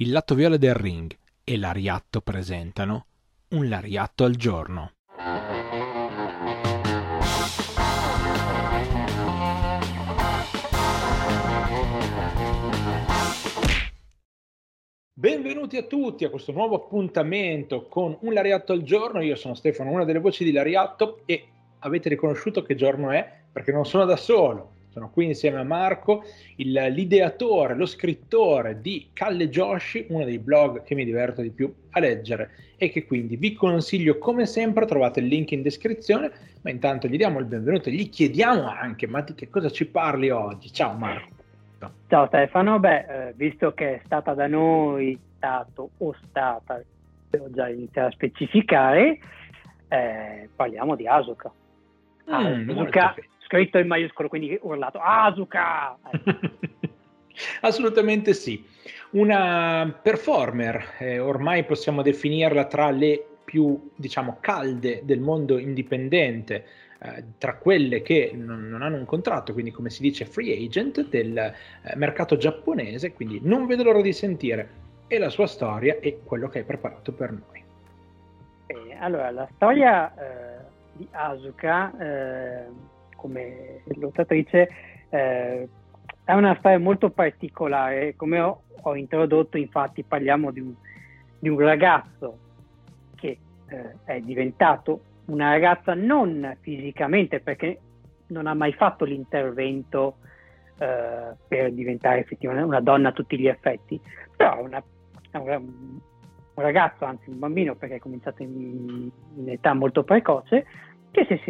il lato viola del ring e l'Ariatto presentano Un Lariatto al giorno. Benvenuti a tutti a questo nuovo appuntamento con Un Lariatto al giorno. Io sono Stefano, una delle voci di Lariatto, e avete riconosciuto che giorno è? Perché non sono da solo, sono qui insieme a Marco, l'ideatore, lo scrittore di Kalle Joshi, uno dei blog che mi diverto di più a leggere e che quindi vi consiglio come sempre. Trovate il link in descrizione, ma intanto gli diamo il benvenuto e gli chiediamo anche, ma di che cosa ci parli oggi? Ciao Marco. Ciao Stefano, visto che è stata da noi, devo già iniziare a specificare, parliamo di Asuka. Asuka, scritto in maiuscolo, quindi urlato Asuka! Assolutamente sì, una performer, ormai possiamo definirla tra le più, diciamo, calde del mondo indipendente, tra quelle che non hanno un contratto, quindi come si dice free agent del mercato giapponese, quindi non vedo l'ora di sentire e la sua storia e quello che hai preparato per noi. Allora, la storia di Asuka come lottatrice è una storia molto particolare. Come ho introdotto, infatti, parliamo di un ragazzo che è diventato una ragazza non fisicamente, perché non ha mai fatto l'intervento per diventare effettivamente una donna a tutti gli effetti, però è un ragazzo, anzi un bambino, perché è cominciato in età molto precoce, che si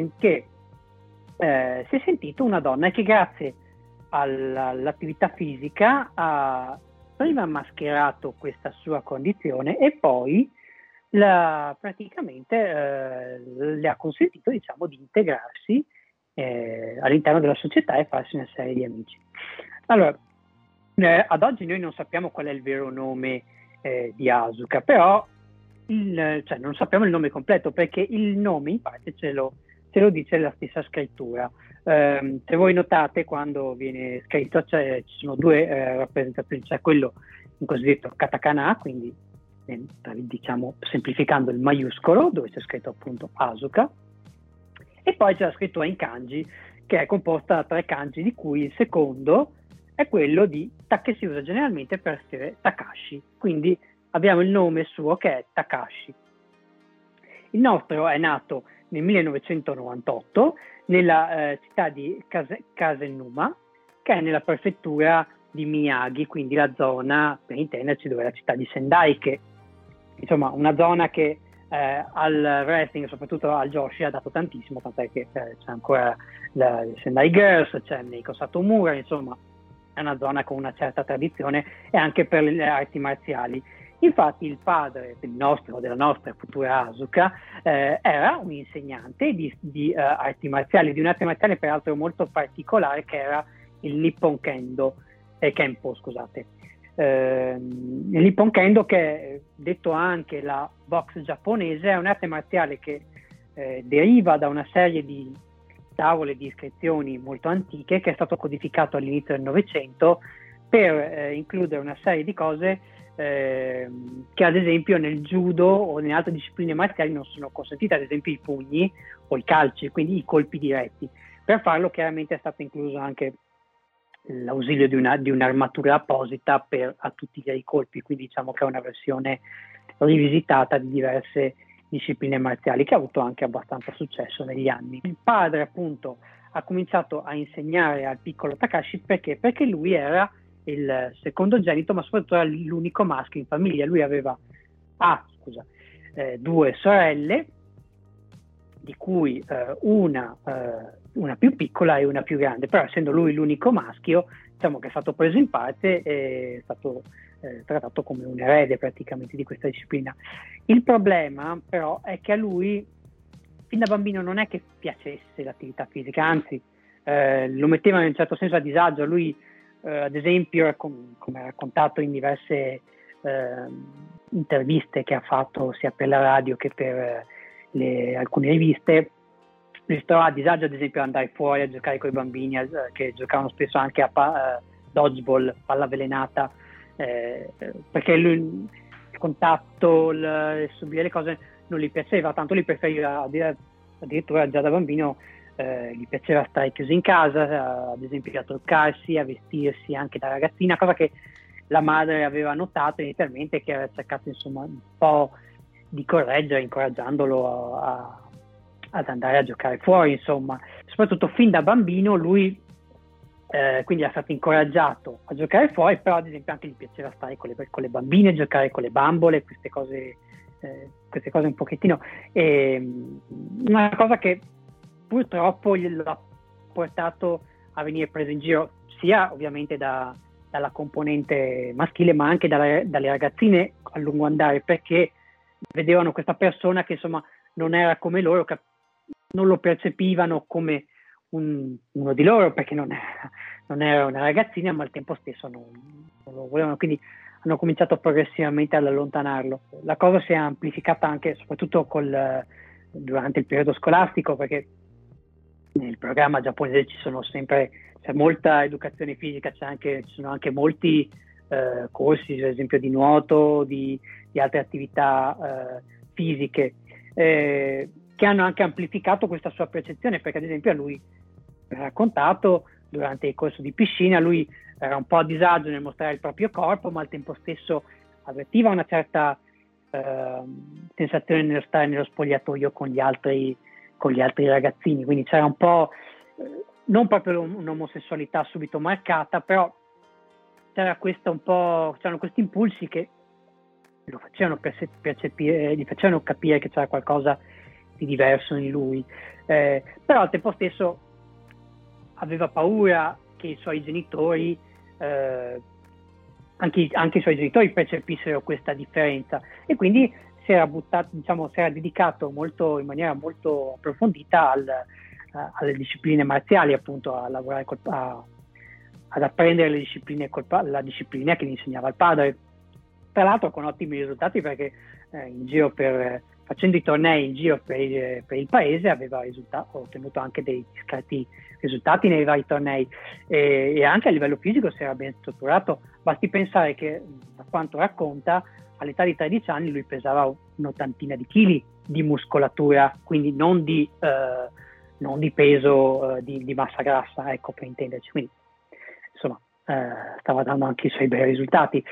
è sentito una donna e che grazie all'attività fisica ha prima mascherato questa sua condizione e poi praticamente le ha consentito, diciamo, di integrarsi all'interno della società e farsi una serie di amici. Allora, ad oggi noi non sappiamo qual è il vero nome di Asuka, però non sappiamo il nome completo, perché il nome in parte ce lo dice la stessa scrittura. Se voi notate, quando viene scritto ci sono due rappresentazioni, c'è quello in cosiddetto katakana, quindi diciamo semplificando il maiuscolo, dove c'è scritto appunto Asuka, e poi c'è la scrittura in kanji, che è composta da 3 kanji, di cui il secondo è quello che si usa generalmente per scrivere Takashi. Quindi abbiamo il nome suo che è Takashi. Il nostro è nato nel 1998 nella città di Kasenuma, che è nella prefettura di Miyagi, quindi la zona, per intenderci, dove è la città di Sendai, che insomma una zona che al wrestling, soprattutto al Joshi, ha dato tantissimo, tant'è che c'è ancora la Sendai Girls, c'è Meiko Satomura, insomma è una zona con una certa tradizione, e anche per le arti marziali. Infatti il padre della nostra futura Asuka era un insegnante di arti marziali, di un'arte marziale peraltro molto particolare, che era il Nippon Kenpo, scusate. Il Nippon Kendo, che è detto anche la box giapponese, è un'arte marziale che deriva da una serie di tavole di iscrizioni molto antiche, che è stato codificato all'inizio del Novecento per includere una serie di cose che ad esempio nel judo o nelle altre discipline marziali non sono consentite, ad esempio i pugni o i calci, quindi i colpi diretti. Per farlo chiaramente è stato incluso anche l'ausilio di un'armatura apposita a tutti i colpi, quindi diciamo che è una versione rivisitata di diverse discipline marziali, che ha avuto anche abbastanza successo negli anni. Il padre appunto ha cominciato a insegnare al piccolo Takashi perché lui era il secondogenito, ma soprattutto era l'unico maschio in famiglia. Lui aveva 2 sorelle, di cui una più piccola e una più grande, però essendo lui l'unico maschio, diciamo che è stato preso in parte e è stato trattato come un erede praticamente di questa disciplina. Il problema però è che a lui fin da bambino non è che piacesse l'attività fisica, anzi lo metteva in un certo senso a disagio. Lui ad esempio, come ha raccontato in diverse interviste che ha fatto sia per la radio che per alcune riviste, si trova a disagio ad esempio ad andare fuori a giocare con i bambini che giocavano spesso anche a dodgeball, palla avvelenata, perché lui, il contatto, subire le cose non gli piaceva, tanto gli preferiva addirittura già da bambino, gli piaceva stare chiuso in casa, ad esempio a truccarsi, a vestirsi anche da ragazzina, cosa che la madre aveva notato inizialmente e che aveva cercato insomma un po' di correggere, incoraggiandolo ad andare a giocare fuori, insomma, soprattutto fin da bambino lui quindi è stato incoraggiato a giocare fuori, però ad esempio anche gli piaceva stare con le bambine, giocare con le bambole, queste cose un pochettino, una cosa che purtroppo l'ha portato a venire preso in giro sia ovviamente dalla componente maschile, ma anche dalle ragazzine a lungo andare, perché vedevano questa persona che insomma non era come loro, non lo percepivano come uno di loro, perché non era una ragazzina, ma al tempo stesso non lo volevano, quindi hanno cominciato progressivamente ad allontanarlo. La cosa si è amplificata anche soprattutto durante il periodo scolastico, perché nel programma giapponese c'è molta educazione fisica, ci sono anche molti corsi, ad esempio di nuoto, di altre attività fisiche, che hanno anche amplificato questa sua percezione, perché ad esempio a lui ha raccontato durante il corso di piscina, lui era un po' a disagio nel mostrare il proprio corpo, ma al tempo stesso avvertiva una certa sensazione nello stare nello spogliatoio con gli altri ragazzini, quindi c'era un po', non proprio un'omosessualità subito marcata, però c'erano questi impulsi che lo facevano percepire, gli facevano capire che c'era qualcosa di diverso in lui, però al tempo stesso aveva paura che i suoi genitori, anche i suoi genitori percepissero questa differenza, e quindi si era dedicato in maniera molto approfondita alle discipline marziali, appunto a lavorare ad apprendere la disciplina che gli insegnava il padre, tra l'altro con ottimi risultati, perché facendo i tornei in giro per il paese aveva ottenuto anche dei discreti risultati nei vari tornei, e anche a livello fisico si era ben strutturato. Basti pensare che, da quanto racconta, all'età di 13 anni lui pesava un'ottantina di chili di muscolatura, quindi non di peso, di massa grassa, ecco, per intenderci. Quindi insomma stava dando anche i suoi bei risultati.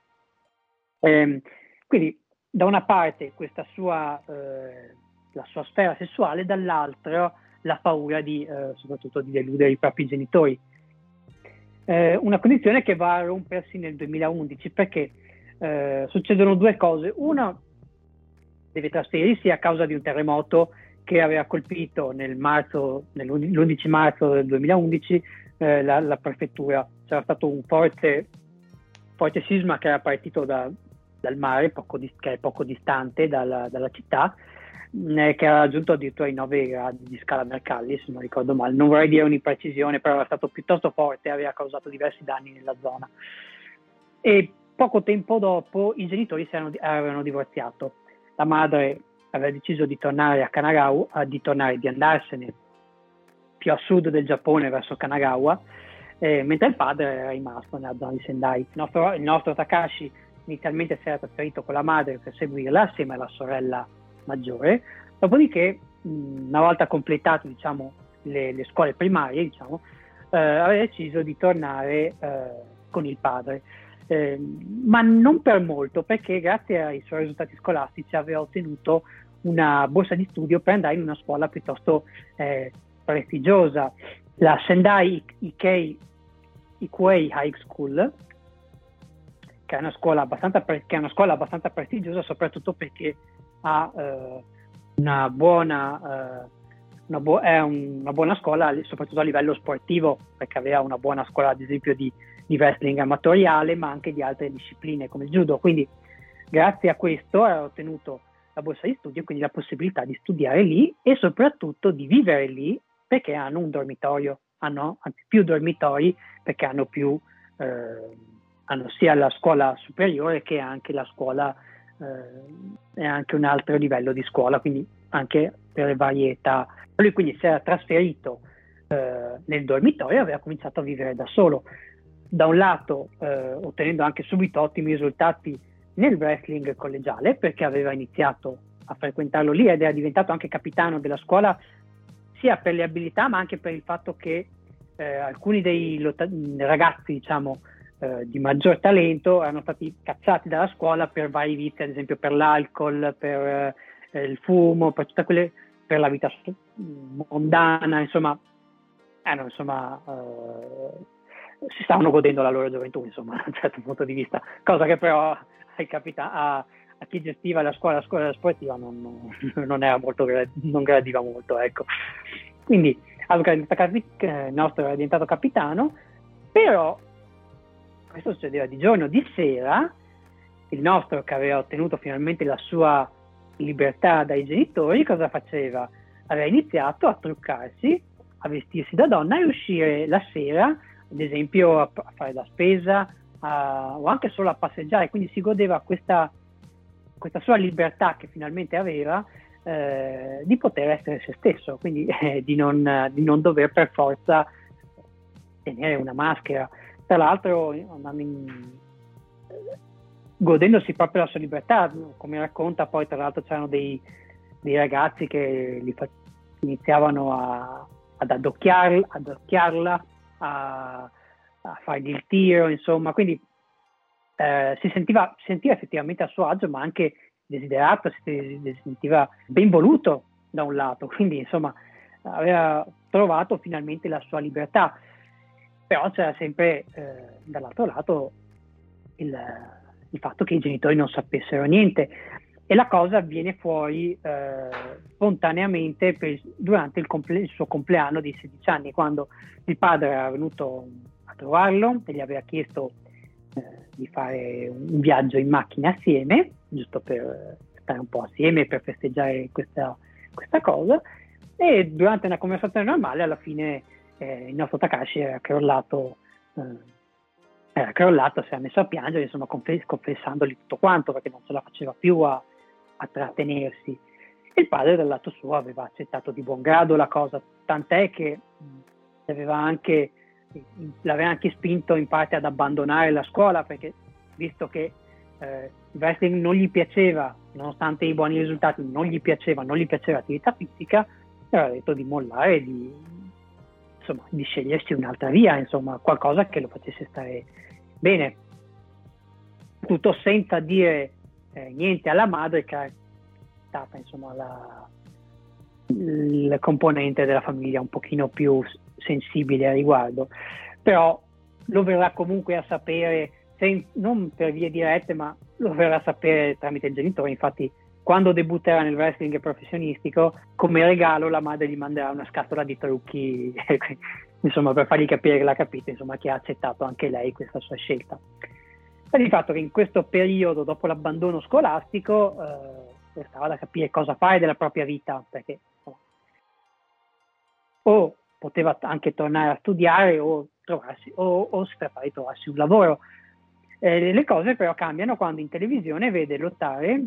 Quindi da una parte questa la sua sfera sessuale, dall'altra la paura soprattutto di deludere i propri genitori. Una condizione che va a rompersi nel 2011, perché succedono due cose. Una, deve trasferirsi a causa di un terremoto che aveva colpito l'11 marzo del 2011 la prefettura. C'era stato un forte sisma che era partito dal mare, che è poco distante dalla città, che era raggiunto addirittura i 9 gradi di scala Mercalli, se non ricordo male. Non vorrei dire un'imprecisione, però era stato piuttosto forte e aveva causato diversi danni nella zona. E poco tempo dopo i genitori avevano divorziato. La madre aveva deciso di tornare a Kanagawa, di andarsene più a sud del Giappone, verso Kanagawa, mentre il padre era rimasto nella zona di Sendai. Il nostro Takashi inizialmente si era trasferito con la madre per seguirla assieme alla sorella maggiore, dopodiché, una volta completato le scuole primarie, aveva deciso di tornare con il padre, ma non per molto, perché grazie ai suoi risultati scolastici aveva ottenuto una borsa di studio per andare in una scuola piuttosto prestigiosa, la Sendai Ikuei High School, che è una scuola abbastanza prestigiosa, soprattutto perché ha una buona scuola, soprattutto a livello sportivo, perché aveva una buona scuola, ad esempio, di wrestling amatoriale, ma anche di altre discipline come il judo. Quindi grazie a questo ha ottenuto la borsa di studio, quindi la possibilità di studiare lì e soprattutto di vivere lì, perché hanno un dormitorio, hanno più dormitori, perché hanno sia la scuola superiore che anche la scuola e anche un altro livello di scuola, quindi anche per le varie età. Lui quindi si era trasferito nel dormitorio e aveva cominciato a vivere da solo. da un lato ottenendo anche subito ottimi risultati nel wrestling collegiale, perché aveva iniziato a frequentarlo lì ed era diventato anche capitano della scuola, sia per le abilità ma anche per il fatto che alcuni dei ragazzi, diciamo, di maggior talento erano stati cacciati dalla scuola per vari vizi, ad esempio per l'alcol, per il fumo, per tutte quelle, per la vita mondana, insomma, si stavano godendo la loro gioventù, insomma, da un certo punto di vista, cosa che però a chi gestiva la scuola sportiva non era molto, non gradiva molto, ecco. Quindi il nostro era diventato capitano, però questo succedeva di giorno. Di sera il nostro, che aveva ottenuto finalmente la sua libertà dai genitori, cosa faceva? Aveva iniziato a truccarsi, a vestirsi da donna e uscire la sera, ad esempio a fare la spesa o anche solo a passeggiare, quindi si godeva questa sua libertà che finalmente aveva, di poter essere se stesso, quindi di non dover per forza tenere una maschera. Tra l'altro godendosi proprio la sua libertà, come racconta poi, tra l'altro c'erano dei ragazzi che iniziavano ad adocchiarla, a fargli il tiro, insomma, quindi si sentiva effettivamente a suo agio, ma anche desiderato, si sentiva ben voluto da un lato, quindi insomma aveva trovato finalmente la sua libertà. Però c'era sempre dall'altro lato il fatto che i genitori non sapessero niente, e la cosa viene fuori spontaneamente durante il suo compleanno di 16 anni, quando il padre era venuto a trovarlo e gli aveva chiesto di fare un viaggio in macchina assieme, giusto per stare un po' assieme, per festeggiare questa cosa, e durante una conversazione normale alla fine il nostro Takashi era crollato, si era messo a piangere, insomma, confessandogli tutto quanto, perché non ce la faceva più a trattenersi. Il padre dal lato suo aveva accettato di buon grado la cosa, tant'è che l'aveva anche spinto in parte ad abbandonare la scuola, perché visto che il wrestling non gli piaceva, nonostante i buoni risultati, non gli piaceva l'attività fisica, aveva detto di mollare, di scegliersi un'altra via, insomma, qualcosa che lo facesse stare bene, tutto senza dire niente alla madre, che è stata, insomma, il componente della famiglia un pochino più sensibile a riguardo. Però lo verrà comunque a sapere, non per vie dirette, ma lo verrà a sapere tramite il genitore. Infatti, quando debutterà nel wrestling professionistico, come regalo la madre gli manderà una scatola di trucchi, insomma, per fargli capire che l'ha capito, insomma, che ha accettato anche lei questa sua scelta. E di fatto che in questo periodo, dopo l'abbandono scolastico, restava da capire cosa fare della propria vita, perché o poteva anche tornare a studiare o si prepara di trovarsi un lavoro. Le cose però cambiano quando in televisione vede lottare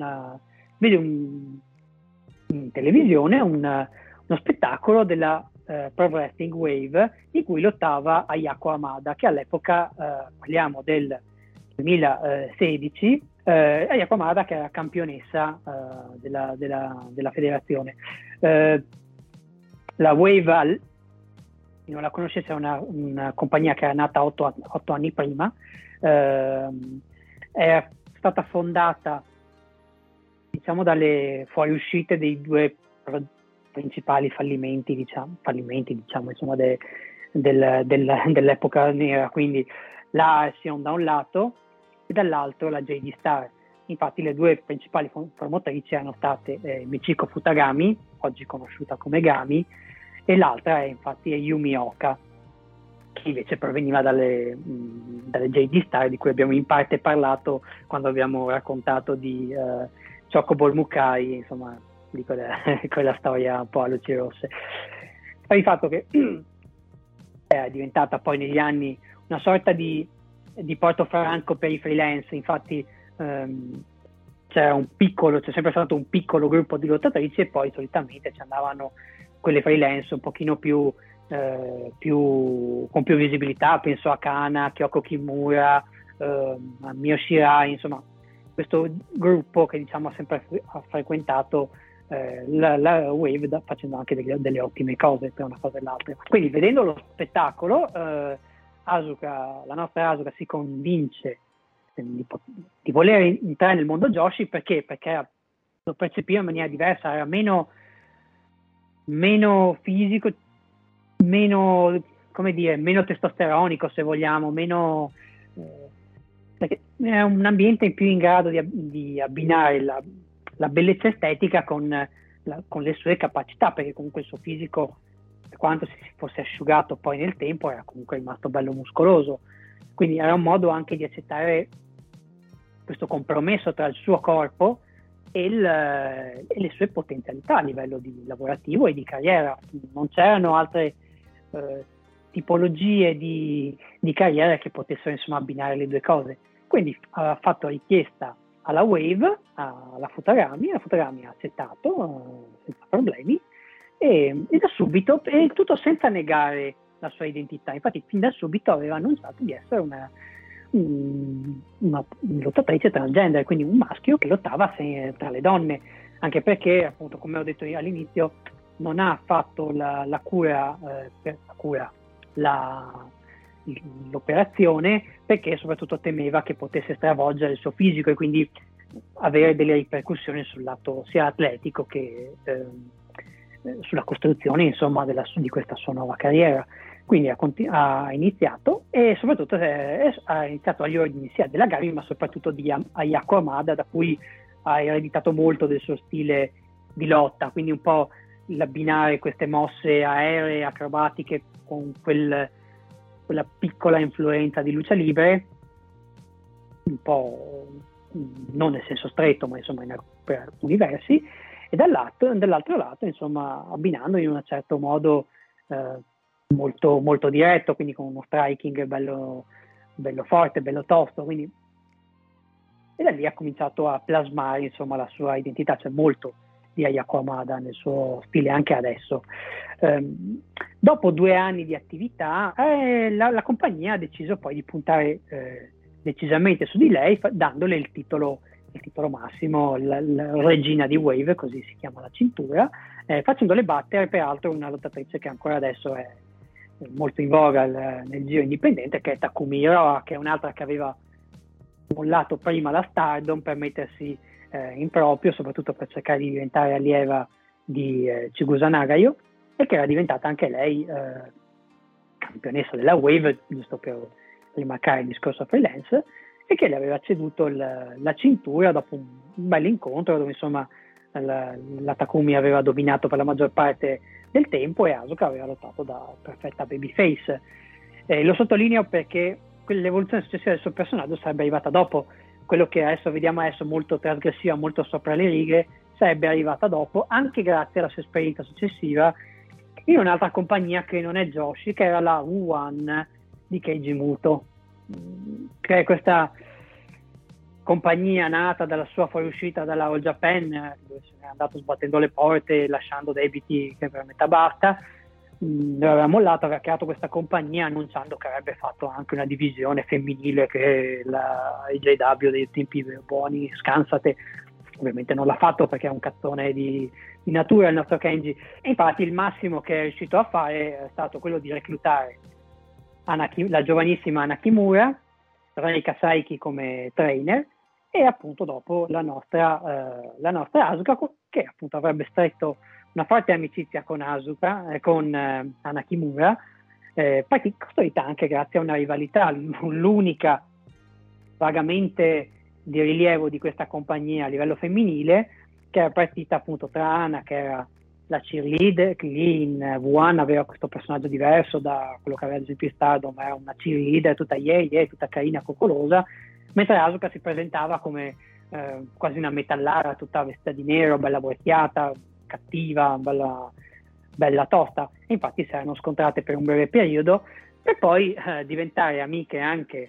in televisione uno spettacolo della Pro Wrestling Wave, in cui lottava Ayako Hamada, che all'epoca, parliamo del 2016, Ayako Hamada, che era campionessa della federazione. La Wave, chi non la conoscesse, è una compagnia che era nata 8 anni prima, è stata fondata, diciamo, dalle fuoriuscite dei due principali fallimenti, insomma, dell'epoca nera, quindi la Sion da un lato e dall'altro la JD Star. Infatti le due principali promotrici erano state Michiko Futagami, oggi conosciuta come Gami, e l'altra è Yumi Oka, che invece proveniva dalle JD Star, di cui abbiamo in parte parlato quando abbiamo raccontato di Chocoball Mukai, insomma, di quella storia un po' a luci rosse. Il fatto che è diventata poi negli anni una sorta di portofranco per i freelance. Infatti c'è sempre stato un piccolo gruppo di lottatrici, e poi solitamente ci andavano quelle freelance un pochino più con più visibilità, penso a Kana, Kyoko Kimura, a Mio Shirai, insomma questo gruppo che diciamo ha frequentato la Wave, facendo anche delle ottime cose per una cosa e l'altra. Quindi vedendo lo spettacolo, Asuka, la nostra Asuka si convince di voler entrare nel mondo Joshi perché lo percepiva in maniera diversa, era meno fisico, meno testosteronico, se vogliamo, perché è un ambiente più in grado di abbinare la bellezza estetica con le sue capacità, perché comunque il suo fisico, per quanto si fosse asciugato poi nel tempo, era comunque rimasto bello muscoloso. Quindi era un modo anche di accettare questo compromesso tra il suo corpo e le sue potenzialità a livello lavorativo e di carriera. Non c'erano altre tipologie di carriera che potessero insomma abbinare le due cose. Quindi ha fatto richiesta alla Wave, alla Futarami, la Futarami ha accettato senza problemi e da subito, e tutto senza negare la sua identità. Infatti fin da subito aveva annunciato di essere una lottatrice transgender, quindi un maschio che lottava tra le donne, anche perché appunto, come ho detto io all'inizio, non ha fatto l'operazione perché soprattutto temeva che potesse stravolgere il suo fisico e quindi avere delle ripercussioni sul lato sia atletico che sulla costruzione insomma di questa sua nuova carriera. Quindi ha iniziato e soprattutto ha iniziato agli ordini sia della Gami ma soprattutto di Ayako Hamada, da cui ha ereditato molto del suo stile di lotta, quindi un po' l'abbinare queste mosse aeree, acrobatiche con quella piccola influenza di lucha libre, un po' non nel senso stretto ma insomma per alcuni versi, e dall'altro lato insomma abbinando in un certo modo molto, molto diretto, quindi con uno striking bello forte, bello tosto, quindi. E da lì ha cominciato a plasmare insomma la sua identità. C'è molto di Ayako Hamada nel suo stile anche adesso. Dopo 2 anni di attività la compagnia ha deciso poi di puntare decisamente su di lei, dandole il titolo massimo, la regina di Wave, così si chiama la cintura, facendole battere peraltro una lottatrice che ancora adesso è molto in voga nel giro indipendente, che è Takumi Iroha, che è un'altra che aveva mollato prima la Stardom per mettersi in proprio, soprattutto per cercare di diventare allieva di Chigusa Nagayo, e che era diventata anche lei campionessa della Wave, giusto per rimarcare il discorso freelance, e che le aveva ceduto la cintura dopo un bel incontro dove insomma la Takumi aveva dominato per la maggior parte del tempo e Asuka aveva lottato da perfetta babyface. Lo sottolineo perché l'evoluzione successiva del suo personaggio sarebbe arrivata dopo. Quello che adesso vediamo molto trasgressiva, molto sopra le righe, sarebbe arrivata dopo, anche grazie alla sua esperienza successiva in un'altra compagnia che non è Joshi, che era la U1 di Keiji Muto, che è questa compagnia nata dalla sua fuoriuscita dalla All Japan, dove se n'è andato sbattendo le porte, lasciando debiti che per metà basta, dove aveva mollato, aveva creato questa compagnia annunciando che avrebbe fatto anche una divisione femminile, che la JW dei tempi buoni, scansate. Ovviamente non l'ha fatto perché è un cazzone di natura il nostro Kenji, e infatti il massimo che è riuscito a fare è stato quello di reclutare la giovanissima Ana Kimura, Reika Saiki come trainer, e appunto dopo la nostra Asuka, che appunto avrebbe stretto una forte amicizia con Asuka, con Ana Kimura, costruita anche grazie a una rivalità, l'unica vagamente di rilievo di questa compagnia a livello femminile, che era partita appunto tra Ana, che era la cheerleader, che lì in V1 aveva questo personaggio diverso da quello che aveva ad esempio in Stardom, era una cheerleader tutta tutta carina, coccolosa, mentre Asuka si presentava come quasi una metallara, tutta vestita di nero, bella borchiata, cattiva, bella tosta. E infatti si erano scontrate per un breve periodo per poi diventare amiche anche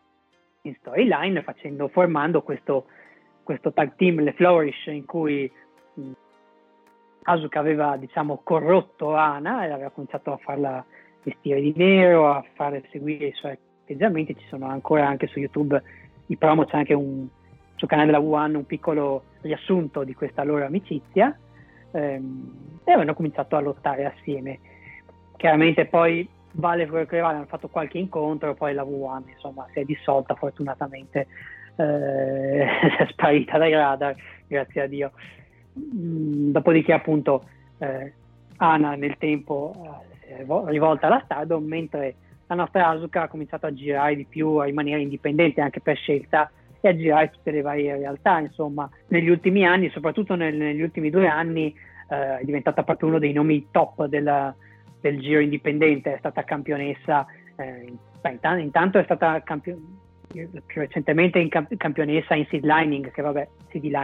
in storyline, formando questo tag team, le Flourish, in cui Asuka aveva, diciamo, corrotto Ana e aveva cominciato a farla vestire di nero, a fare seguire i suoi atteggiamenti. Ci sono ancora anche su YouTube i promo, c'è anche sul canale della One un piccolo riassunto di questa loro amicizia, e avevano cominciato a lottare assieme. Chiaramente poi vale quello che vale, hanno fatto qualche incontro, poi la V1 insomma si è dissolta fortunatamente, si è sparita dai radar, grazie a Dio. Dopodiché appunto Ana nel tempo si è rivolta alla Stardom, mentre la nostra Asuka ha cominciato a girare di più, a rimanere indipendente anche per scelta e a girare tutte le varie realtà. Insomma, negli ultimi anni, soprattutto negli ultimi 2 anni, è diventata proprio uno dei nomi top del giro indipendente. È stata campionessa, intanto è stata più recentemente campionessa in CD lining, che vabbè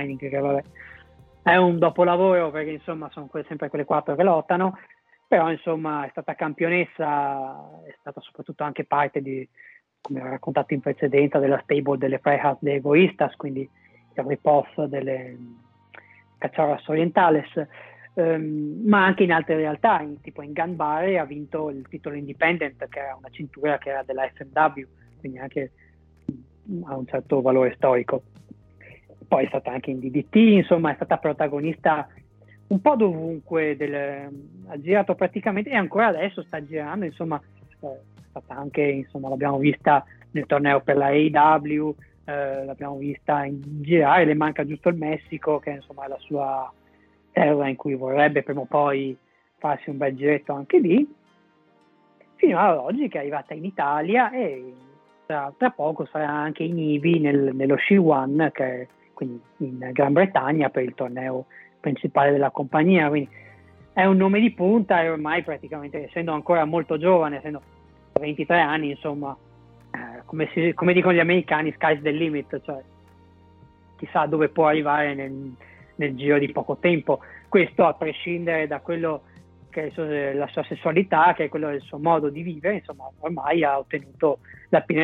è un dopolavoro, perché insomma sono sempre quelle 4 che lottano, però insomma è stata campionessa, è stata soprattutto anche parte di, come ho raccontato in precedenza, della stable delle Freiheit de Egoistas, quindi il ripoff delle Cachorras Orientales, ma anche in altre realtà, tipo in Ganbare ha vinto il titolo independent, che era una cintura che era della FMW, quindi anche ha un certo valore storico. Poi è stata anche in DDT, insomma è stata protagonista un po' dovunque, ha girato praticamente, e ancora adesso sta girando, insomma è stata anche, insomma l'abbiamo vista nel torneo per la AEW, l'abbiamo vista girare, le manca giusto il Messico, che insomma è la sua terra in cui vorrebbe prima o poi farsi un bel giretto anche lì, fino ad oggi che è arrivata in Italia, e tra poco sarà anche in IBI nello She-One, che è quindi in Gran Bretagna, per il torneo principale della compagnia. Quindi è un nome di punta, e ormai praticamente, essendo ancora molto giovane, essendo 23 anni, insomma, come dicono gli americani, sky's the limit, cioè chissà dove può arrivare nel giro di poco tempo. Questo a prescindere da quello che è la sua sessualità, che è quello del suo modo di vivere. Insomma, ormai ha ottenuto la piena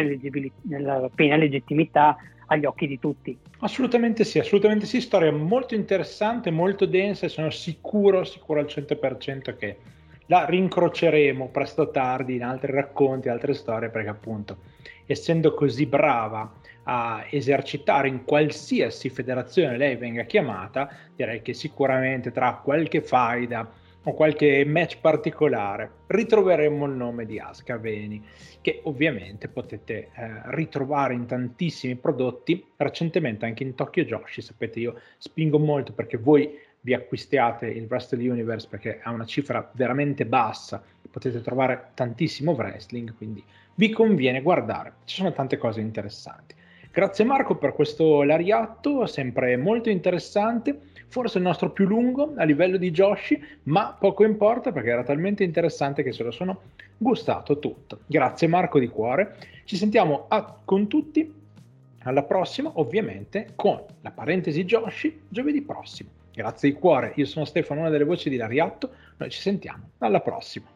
legittimità agli occhi di tutti. Assolutamente sì, storia molto interessante, molto densa, e sono sicuro al 100% che la rincroceremo presto o tardi in altri racconti, altre storie, perché appunto, essendo così brava a esercitare in qualsiasi federazione lei venga chiamata, direi che sicuramente tra qualche faida o qualche match particolare ritroveremo il nome di Asuka Veni, che ovviamente potete ritrovare in tantissimi prodotti, recentemente anche in Tokyo Joshi. Sapete, io spingo molto perché voi vi acquistiate il Wrestle Universe, perché ha una cifra veramente bassa, potete trovare tantissimo wrestling, quindi vi conviene guardare, ci sono tante cose interessanti. Grazie Marco per questo lariatto, sempre molto interessante, forse il nostro più lungo a livello di Joshi, ma poco importa perché era talmente interessante che se lo sono gustato tutto. Grazie Marco di cuore, ci sentiamo con tutti alla prossima, ovviamente con la parentesi Joshi giovedì prossimo. Grazie di cuore, io sono Stefano, una delle voci di Lariatto, noi ci sentiamo alla prossima.